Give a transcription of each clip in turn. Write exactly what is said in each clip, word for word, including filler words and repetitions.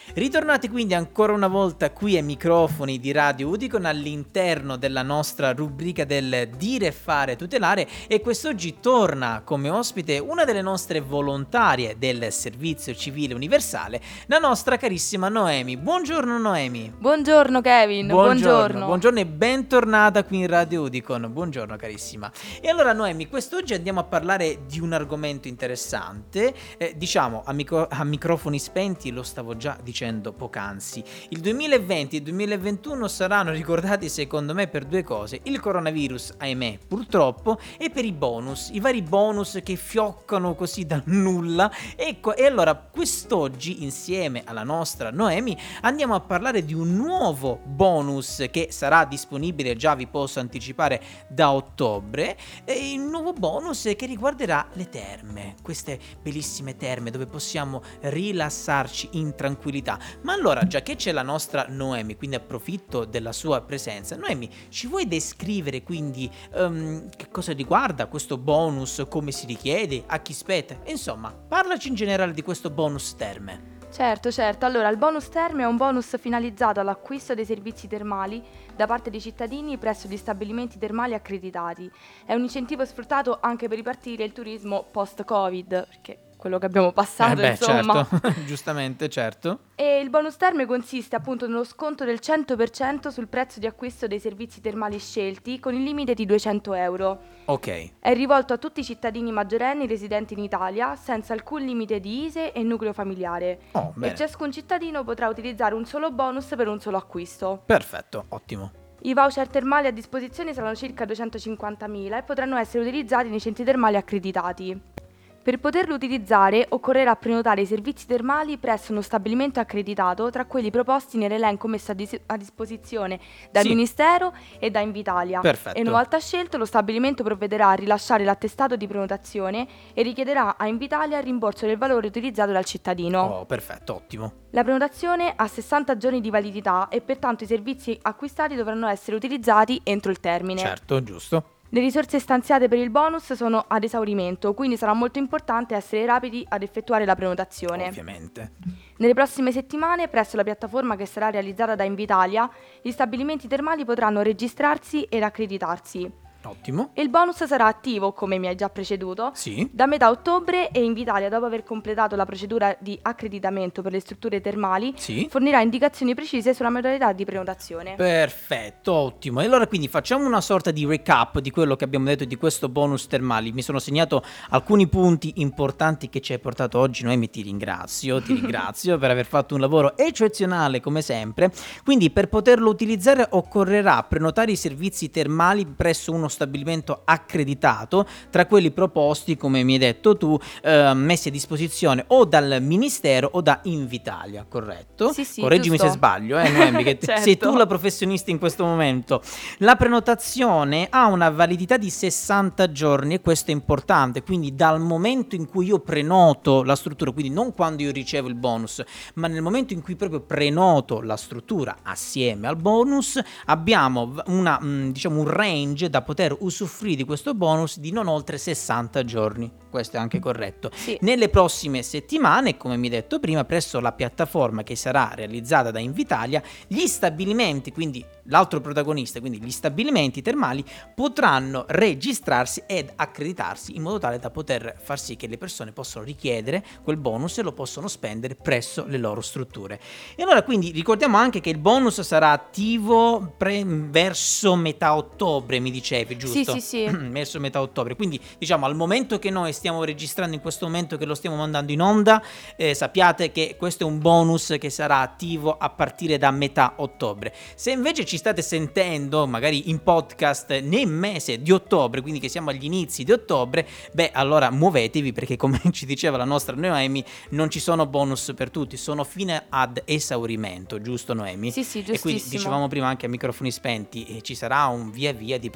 Ritornati quindi ancora una volta qui ai microfoni di Radio Udicon all'interno della nostra rubrica del dire e fare tutelare, e quest'oggi torna come ospite una delle nostre volontarie del servizio civile universale, la nostra carissima Noemi. Buongiorno Noemi. Buongiorno Kevin, Buongiorno, buongiorno. buongiorno e bentornata qui in Radio Udicon. Buongiorno carissima. E allora Noemi, quest'oggi andiamo a parlare di un argomento interessante, eh, diciamo a, micro- a microfoni spenti, lo stavo già dicendo poc'anzi. Il duemilaventi e il duemilaventuno saranno ricordati secondo me per due cose: il coronavirus, ahimè, purtroppo, e per i bonus, i vari bonus che fioccano così dal nulla. Ecco, e allora quest'oggi insieme alla nostra Noemi andiamo a parlare di un nuovo bonus che sarà disponibile, già vi posso anticipare, da ottobre, e il nuovo bonus che riguarderà le terme, queste bellissime terme dove possiamo rilassarci in tranquillità. Ma allora, già che c'è la nostra Noemi, quindi approfitto della sua presenza, Noemi, ci vuoi descrivere quindi um, che cosa riguarda questo bonus, come si richiede, a chi spetta? Insomma, parlaci in generale di questo bonus terme. Certo, certo. Allora, il bonus terme è un bonus finalizzato all'acquisto dei servizi termali da parte dei cittadini presso gli stabilimenti termali accreditati. È un incentivo sfruttato anche per ripartire il turismo post-Covid, perché quello che abbiamo passato, eh beh, insomma. Certo, giustamente, certo. E il bonus terme consiste appunto nello sconto del cento per cento sul prezzo di acquisto dei servizi termali scelti, con il limite di duecento euro. Ok. È rivolto a tutti i cittadini maggiorenni residenti in Italia, senza alcun limite di I S E e nucleo familiare. Oh, bene. E ciascun cittadino potrà utilizzare un solo bonus per un solo acquisto. Perfetto, ottimo. I voucher termali a disposizione saranno circa duecentocinquantamila e potranno essere utilizzati nei centri termali accreditati. Per poterlo utilizzare occorrerà prenotare i servizi termali presso uno stabilimento accreditato tra quelli proposti nell'elenco messo a, dis- a disposizione dal Sì. Ministero e da Invitalia. Perfetto. E una volta scelto, lo stabilimento provvederà a rilasciare l'attestato di prenotazione e richiederà a Invitalia il rimborso del valore utilizzato dal cittadino. Oh, perfetto, ottimo. La prenotazione ha sessanta giorni di validità e pertanto i servizi acquistati dovranno essere utilizzati entro il termine. Certo, giusto. Le risorse stanziate per il bonus sono ad esaurimento, quindi sarà molto importante essere rapidi ad effettuare la prenotazione. Ovviamente. Nelle prossime settimane, presso la piattaforma che sarà realizzata da Invitalia, gli stabilimenti termali potranno registrarsi ed accreditarsi. Ottimo. E il bonus sarà attivo, come mi hai già preceduto, Sì. da metà ottobre, e Invitalia, dopo aver completato la procedura di accreditamento per le strutture termali, Sì. fornirà indicazioni precise sulla modalità di prenotazione. Perfetto, ottimo. E allora quindi facciamo una sorta di recap di quello che abbiamo detto di questo bonus termali. Mi sono segnato alcuni punti importanti che ci hai portato oggi, Noemi, ti ringrazio, ti ringrazio per aver fatto un lavoro eccezionale come sempre. Quindi per poterlo utilizzare occorrerà prenotare i servizi termali presso uno stabilimento accreditato tra quelli proposti, come mi hai detto tu, eh, messi a disposizione o dal Ministero o da Invitalia, corretto? Sì, sì, Correggimi giusto. se sbaglio, eh Noemi, che Certo. sei tu la professionista in questo momento. La prenotazione ha una validità di sessanta giorni e questo è importante, quindi dal momento in cui io prenoto la struttura, quindi non quando io ricevo il bonus, ma nel momento in cui proprio prenoto la struttura assieme al bonus, abbiamo una, mh, diciamo un range da poter usufruire di questo bonus di non oltre sessanta giorni. Questo è anche corretto. Sì. Nelle prossime settimane, come mi hai detto prima, presso la piattaforma che sarà realizzata da Invitalia, gli stabilimenti, quindi l'altro protagonista, quindi gli stabilimenti termali, potranno registrarsi ed accreditarsi in modo tale da poter far sì che le persone possano richiedere quel bonus e lo possono spendere presso le loro strutture. E allora quindi ricordiamo anche che il bonus sarà attivo pre- verso metà ottobre, mi dicevi, giusto? Sì, sì, sì. Verso metà ottobre, quindi diciamo al momento che noi stiamo registrando, in questo momento che lo stiamo mandando in onda, eh, sappiate che questo è un bonus che sarà attivo a partire da metà ottobre. Se invece ci state sentendo magari in podcast nel mese di ottobre, quindi che siamo agli inizi di ottobre, beh allora muovetevi, perché come ci diceva la nostra Noemi non ci sono bonus per tutti, sono fine ad esaurimento, giusto Noemi? Sì, sì, E quindi giustissimo. dicevamo prima anche a microfoni spenti, eh, ci sarà un via via di persone che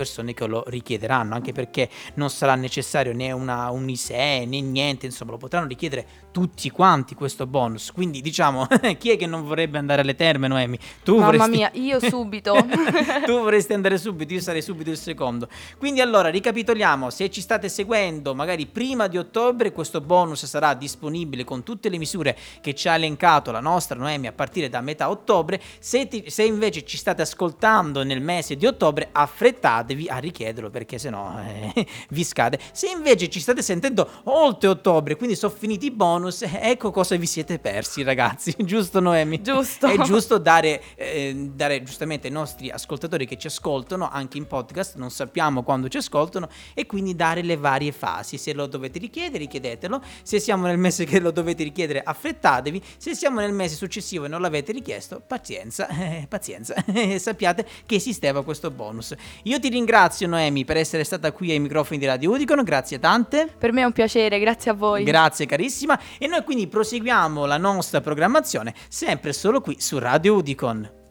certo lo richiederanno, anche perché non sarà necessario né una, un I S E E né niente, insomma lo potranno richiedere tutti quanti questo bonus. Quindi diciamo, chi è che non vorrebbe andare alle terme, Noemi? Tu Mamma vorresti... mia, io subito. Tu vorresti andare subito, io sarei subito il secondo. Quindi allora ricapitoliamo, se ci state seguendo magari prima di ottobre, questo bonus sarà disponibile con tutte le misure che ci ha elencato la nostra Noemi a partire da metà ottobre. Se, ti, se invece ci state ascoltando nel mese di ottobre, affrettatevi a richiederlo, perché sennò eh, vi scade. Se invece ci state sentendo oltre ottobre, quindi sono finiti i bonus, ecco cosa vi siete persi, ragazzi. Giusto, Noemi? Giusto. È giusto dare, eh, dare giustamente ai nostri ascoltatori che ci ascoltano anche in podcast, non sappiamo quando ci ascoltano, e quindi dare le varie fasi. Se lo dovete richiedere, richiedetelo. Se siamo nel mese che lo dovete richiedere, affrettatevi. Se siamo nel mese successivo e non l'avete richiesto, pazienza, eh, pazienza. Sappiate che esisteva questo bonus. Io ti ringrazio, Noemi, per essere stata qui ai microfoni di Radio Udicon. Grazie tante. Per me è un piacere, grazie a voi. Grazie carissima. E noi quindi proseguiamo la nostra programmazione sempre solo qui su Radio Udicon.